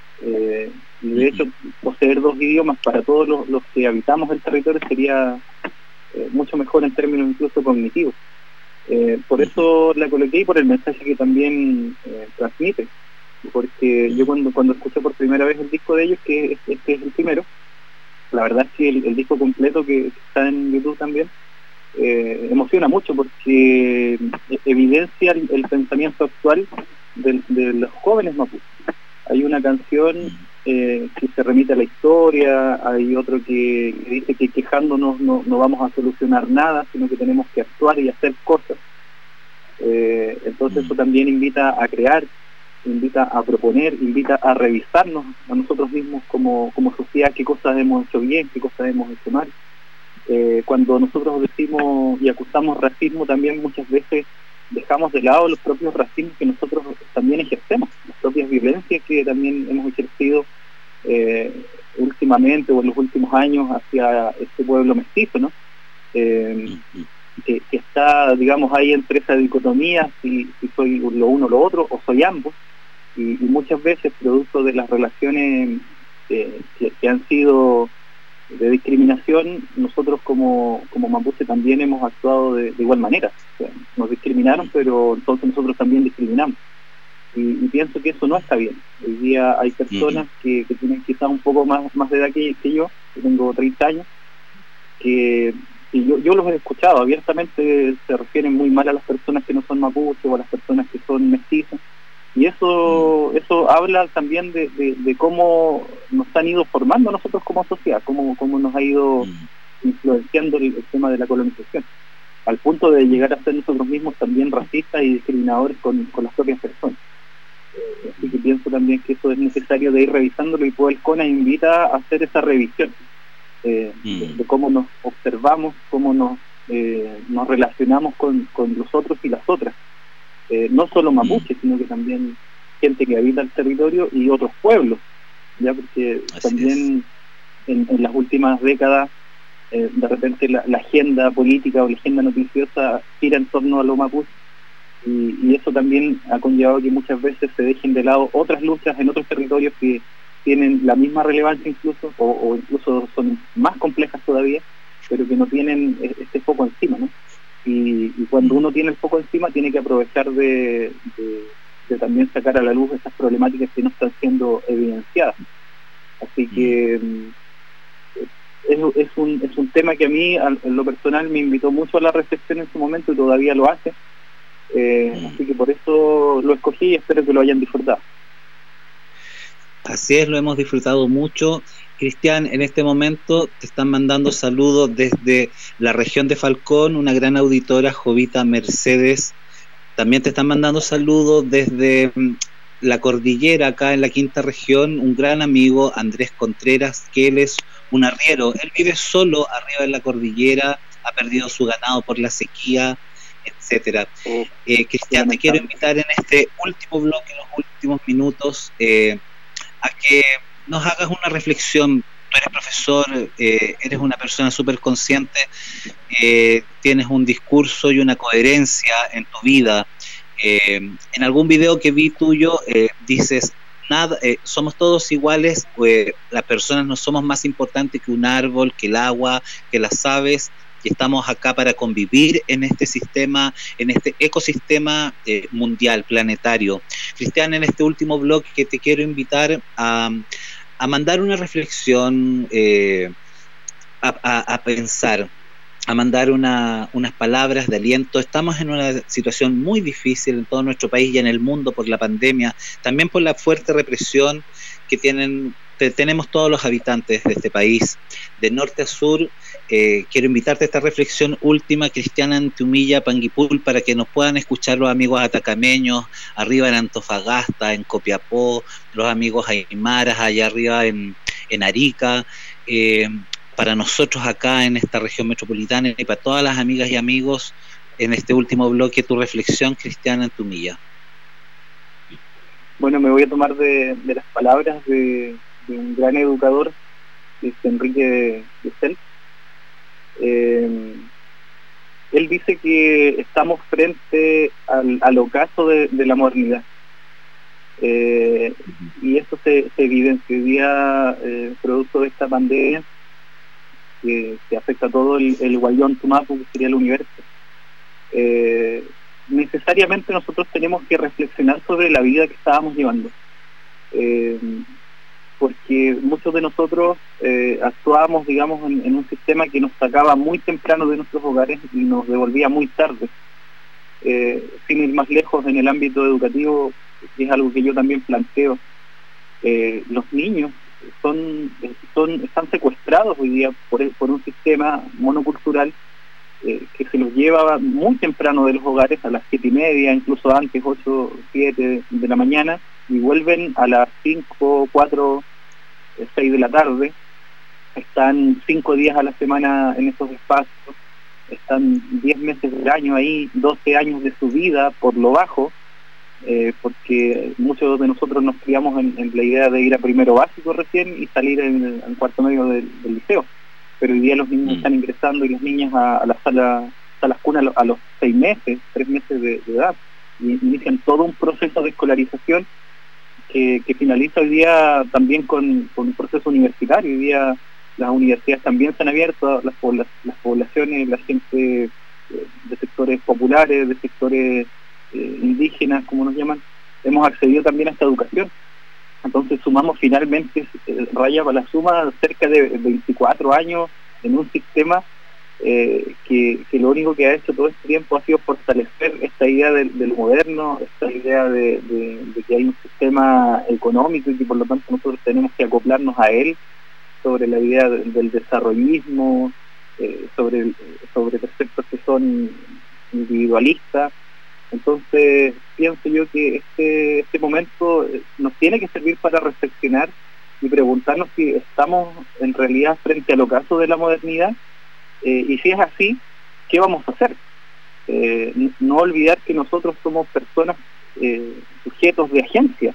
Speaker 5: y de hecho poseer dos idiomas para todos los que habitamos el territorio sería mucho mejor en términos incluso cognitivos. Por eso la coloqué y por el mensaje que también transmite, porque yo cuando escuché por primera vez el disco de ellos, que este es el primero, la verdad es que el disco completo que está en YouTube también emociona mucho, porque evidencia el pensamiento actual de los jóvenes mapuches. Hay una canción que se remite a la historia, hay otro que dice que quejándonos no vamos a solucionar nada, sino que tenemos que actuar y hacer cosas. Entonces eso también invita a crear, invita a proponer, invita a revisarnos a nosotros mismos como sociedad, qué cosas hemos hecho bien, qué cosas hemos hecho mal. Cuando nosotros decimos y acusamos racismo, también muchas veces dejamos de lado los propios racismos que nosotros también ejercemos, las propias violencias que también hemos ejercido últimamente o en los últimos años hacia este pueblo mestizo, ¿no? Que está, digamos, ahí entre esa dicotomía, si soy lo uno o lo otro, o soy ambos, y muchas veces producto de las relaciones que han sido de discriminación, nosotros como mapuche también hemos actuado de igual manera. O sea, nos discriminaron, pero entonces nosotros también discriminamos, y pienso que eso no está bien. Hoy día hay personas que tienen quizás un poco más de edad que yo, que tengo 30 años, y yo los he escuchado abiertamente, se refieren muy mal a las personas que no son mapuche o a las personas que son mestizas, y eso habla también de cómo nos han ido formando nosotros como sociedad, cómo nos ha ido influenciando el tema de la colonización, al punto de llegar a ser nosotros mismos también racistas y discriminadores con las propias personas. Así que pienso también que eso es necesario de ir revisándolo, y Puel Kona invita a hacer esa revisión de cómo nos observamos, cómo nos relacionamos con los otros y las otras. No solo mapuche, sino que también gente que habita el territorio y otros pueblos, ya, porque así también en las últimas décadas de repente la agenda política o la agenda noticiosa gira en torno a lo mapuche, y eso también ha conllevado que muchas veces se dejen de lado otras luchas en otros territorios que tienen la misma relevancia incluso, o incluso son más complejas todavía, pero que no tienen este foco encima, ¿no? Y cuando uno tiene el foco encima, tiene que aprovechar de también sacar a la luz estas problemáticas que no están siendo evidenciadas. Así que es un tema que a mí, en lo personal, me invitó mucho a la reflexión en su momento y todavía lo hace. Así que por eso lo escogí y espero que lo hayan disfrutado.
Speaker 3: Así es, lo hemos disfrutado mucho. Cristian, en este momento te están mandando saludos desde la región de Falcón, una gran auditora, Jovita Mercedes. También te están mandando saludos desde la cordillera, acá en la quinta región, un gran amigo, Andrés Contreras, que él es un arriero. Él vive solo arriba en la cordillera, ha perdido su ganado por la sequía, etcétera. Cristian, te quiero invitar en este último bloque, en los últimos minutos, a que nos hagas una reflexión. Tú eres profesor, eres una persona súper consciente, tienes un discurso y una coherencia en tu vida. En algún video que vi tuyo dices, nada, somos todos iguales, las personas no somos más importantes que un árbol, que el agua, que las aves, y estamos acá para convivir en este sistema, en este ecosistema mundial, planetario. Cristian, en este último bloque que te quiero invitar a mandar una reflexión, a pensar, a mandar unas palabras de aliento. Estamos en una situación muy difícil en todo nuestro país y en el mundo por la pandemia, también por la fuerte represión que tenemos todos los habitantes de este país, de norte a sur. Quiero invitarte a esta reflexión última, Cristiana, en Humilla, Panguipul, para que nos puedan escuchar los amigos atacameños, arriba en Antofagasta, en Copiapó, los amigos aymaras, allá arriba en Arica, para nosotros acá en esta región metropolitana y para todas las amigas y amigos, en este último bloque, tu reflexión, Cristiana, en Humilla.
Speaker 5: Bueno, me voy a tomar de las palabras de un gran educador, que es Enrique Gesell. Él dice que estamos frente al ocaso de la modernidad, y esto se evidencia hoy día, producto de esta pandemia que afecta a todo el Guayón Tumapu, que sería el universo. Necesariamente nosotros tenemos que reflexionar sobre la vida que estábamos llevando, porque muchos de nosotros actuábamos, digamos, en un sistema que nos sacaba muy temprano de nuestros hogares y nos devolvía muy tarde. Sin ir más lejos, en el ámbito educativo, que es algo que yo también planteo, los niños están secuestrados hoy día por un sistema monocultural que se los lleva muy temprano de los hogares, a las 7:30, incluso antes, 8, 7 de la mañana, y vuelven a las 5, 4, 6 de la tarde. Están 5 días a la semana en esos espacios, están 10 meses del año ahí, 12 años de su vida por lo bajo, porque muchos de nosotros nos criamos en la idea de ir a primero básico recién y salir en cuarto medio del liceo, pero hoy día los niños están ingresando, y las niñas a las cunas a los 6 meses, 3 meses de edad, y inician todo un proceso de escolarización que finaliza hoy día también con un proceso universitario. Hoy día las universidades también se han abierto, las poblaciones, la gente de sectores populares, de sectores indígenas, como nos llaman, hemos accedido también a esta educación. Entonces sumamos finalmente, raya para la suma, cerca de 24 años en un sistema que lo único que ha hecho todo este tiempo ha sido fortalecer esta idea del moderno, esta idea de que hay un sistema económico y que por lo tanto nosotros tenemos que acoplarnos a él, sobre la idea del desarrollismo, sobre preceptos que son individualistas. Entonces pienso yo que este momento nos tiene que servir para reflexionar y preguntarnos si estamos en realidad frente al ocaso de la modernidad, y si es así, ¿qué vamos a hacer? No olvidar que nosotros somos personas, sujetos de agencia.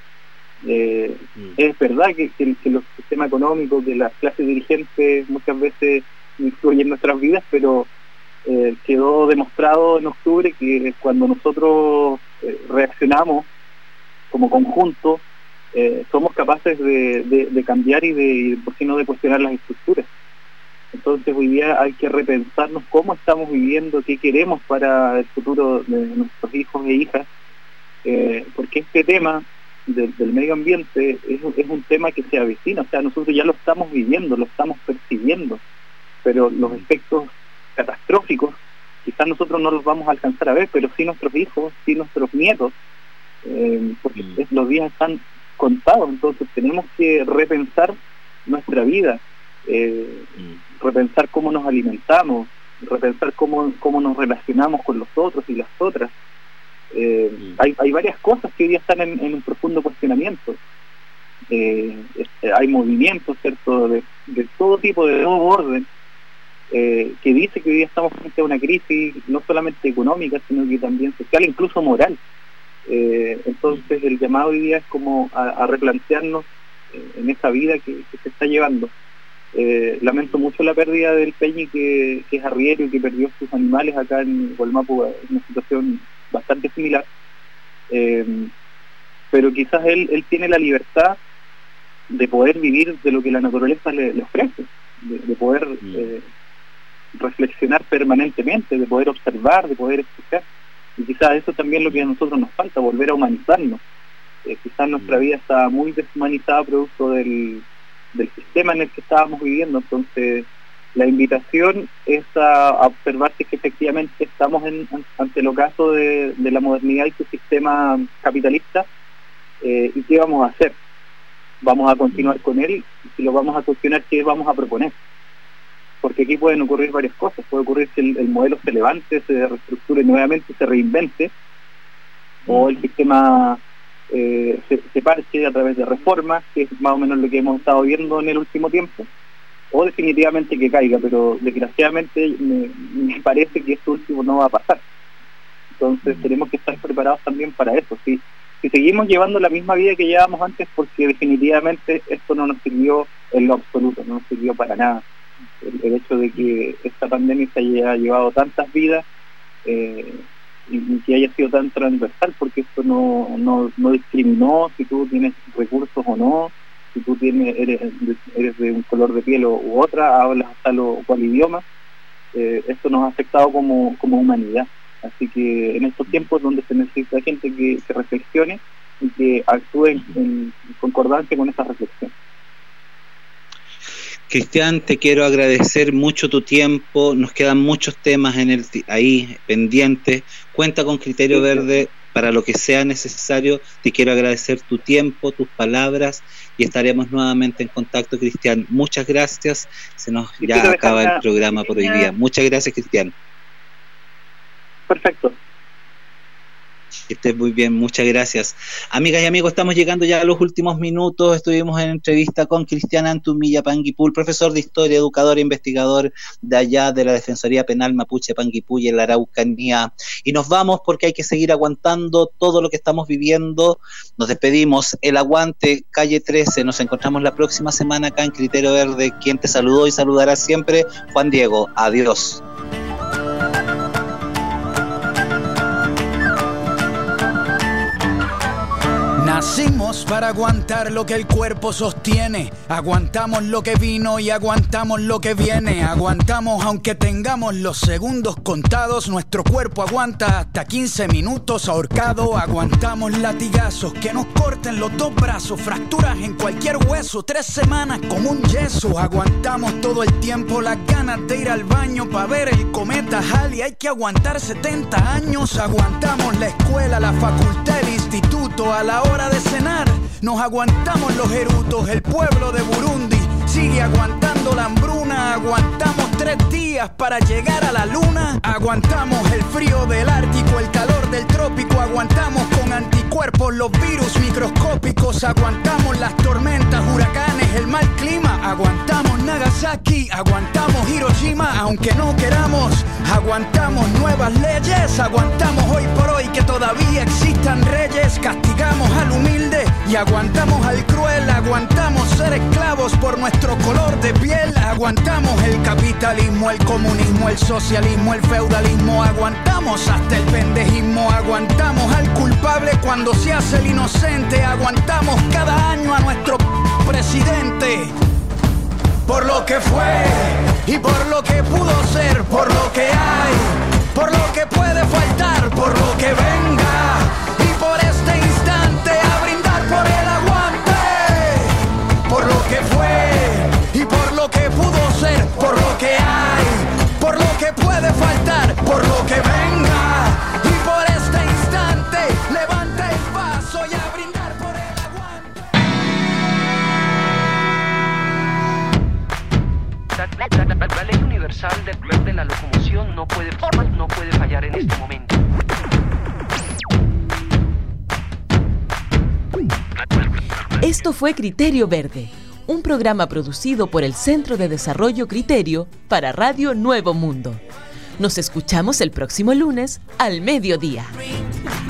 Speaker 5: Es verdad que los sistemas económicos, que las clases dirigentes muchas veces influyen en nuestras vidas, pero quedó demostrado en octubre que cuando nosotros reaccionamos como conjunto, somos capaces de cambiar y por qué no de cuestionar las estructuras. Entonces hoy día hay que repensarnos cómo estamos viviendo, qué queremos para el futuro de nuestros hijos e hijas, porque este tema del medio ambiente es un tema que se avecina. O sea, nosotros ya lo estamos viviendo, lo estamos percibiendo. pero los efectos catastróficos quizás nosotros no los vamos a alcanzar a ver, pero sí nuestros hijos, sí nuestros nietos, porque los días están contados. Entonces tenemos que repensar nuestra vida, repensar cómo nos alimentamos, repensar cómo nos relacionamos con los otros y las otras. Hay varias cosas que hoy día están en un profundo cuestionamiento. Hay movimientos, ¿cierto?, de todo tipo, de todo orden, que dice que hoy día estamos frente a una crisis no solamente económica, sino que también social, incluso moral. Entonces el llamado hoy día es como a replantearnos en esa vida que se está llevando. Lamento mucho la pérdida del Peñi, que es arriero y que perdió sus animales acá en Gualmapu, en una situación bastante similar, pero quizás él tiene la libertad de poder vivir de lo que la naturaleza le ofrece, de poder reflexionar permanentemente, de poder observar, de poder escuchar. Y quizás eso también es lo que a nosotros nos falta, volver a humanizarnos. Quizás nuestra vida está muy deshumanizada producto del sistema en el que estábamos viviendo. Entonces la invitación es a observar que efectivamente estamos ante el ocaso de la modernidad y su sistema capitalista, y qué vamos a hacer. Vamos a continuar con él, y si lo vamos a cuestionar, ¿qué vamos a proponer? Porque aquí pueden ocurrir varias cosas. Puede ocurrir que el modelo se levante, se reestructure nuevamente, se reinvente, o el sistema se parche a través de reformas, que es más o menos lo que hemos estado viendo en el último tiempo, o definitivamente que caiga, pero desgraciadamente me parece que esto último no va a pasar. Entonces tenemos que estar preparados también para eso. Si seguimos llevando la misma vida que llevábamos antes, porque definitivamente esto no nos sirvió en lo absoluto, no nos sirvió para nada. El hecho de que esta pandemia se haya llevado tantas vidas y que haya sido tan transversal, porque esto no discriminó si tú tienes recursos o no, si tú eres de un color de piel u otra, hablas tal o cual idioma. Esto nos ha afectado como humanidad. Así que en estos tiempos donde se necesita gente que reflexione y que actúe en concordancia con esta reflexión.
Speaker 3: Cristian, te quiero agradecer mucho tu tiempo. Nos quedan muchos temas ahí pendientes. Cuenta con Criterio Verde para lo que sea necesario. Te quiero agradecer tu tiempo, tus palabras, y estaremos nuevamente en contacto, Cristian. Muchas gracias. Se nos ya acaba el programa por hoy día. Muchas gracias, Cristian.
Speaker 5: Perfecto.
Speaker 3: Que estés muy bien, muchas gracias. Amigas y amigos, estamos llegando ya a los últimos minutos. Estuvimos en entrevista con Cristian Antumilla Panguipul, profesor de Historia, educador e investigador de allá de la Defensoría Penal Mapuche Panguipulli en la Araucanía. Y nos vamos porque hay que seguir aguantando todo lo que estamos viviendo. Nos despedimos. El aguante, calle 13. Nos encontramos la próxima semana acá en Criterio Verde. Quien te saludó y saludará siempre, Juan Diego. Adiós.
Speaker 9: Nacimos para aguantar lo que el cuerpo sostiene. Aguantamos lo que vino y aguantamos lo que viene. Aguantamos aunque tengamos los segundos contados. Nuestro cuerpo aguanta hasta 15 minutos ahorcado. Aguantamos latigazos que nos corten los dos brazos, fracturas en cualquier hueso, 3 semanas con un yeso. Aguantamos todo el tiempo las ganas de ir al baño para ver el cometa Halley. Hay que aguantar 70 años. Aguantamos la escuela, la facultad, el instituto. A la hora de cenar nos aguantamos los erutos. El pueblo de Burundi sigue aguantando la hambruna. Aguantamos 3 días para llegar a la luna. Aguantamos el frío del Ártico, el calor del trópico. Aguantamos con anticuerpos los virus microscópicos. Aguantamos las tormentas, huracanes, el mal clima. Aguantamos Nagasaki, aguantamos Hiroshima, aunque no queramos. Aguantamos nuevas leyes. Aguantamos hoy por hoy que todavía existan reyes. Castigamos al humilde y aguantamos al cruel. Aguantamos ser esclavos por nuestro color de piel. Aguantamos el capitalismo, el comunismo, el socialismo, el feudalismo. Aguantamos hasta el pendejismo. Aguantamos al culpable cuando se hace el inocente. Aguantamos cada año a nuestro presidente. Por lo que fue y por lo que pudo ser, por lo que hay, por lo que puede faltar, por lo que venga y por este instante a brindar por el aguante. Por lo que fue y por lo que pudo ser, por lo que hay. que puede faltar por lo que venga. Y por este instante, levanta el vaso y a brindar por el aguante.
Speaker 1: La ley universal de la locomoción no puede fallar en este momento.
Speaker 2: Esto fue Criterio Verde, un programa producido por el Centro de Desarrollo Criterio para Radio Nuevo Mundo. Nos escuchamos el próximo lunes al mediodía.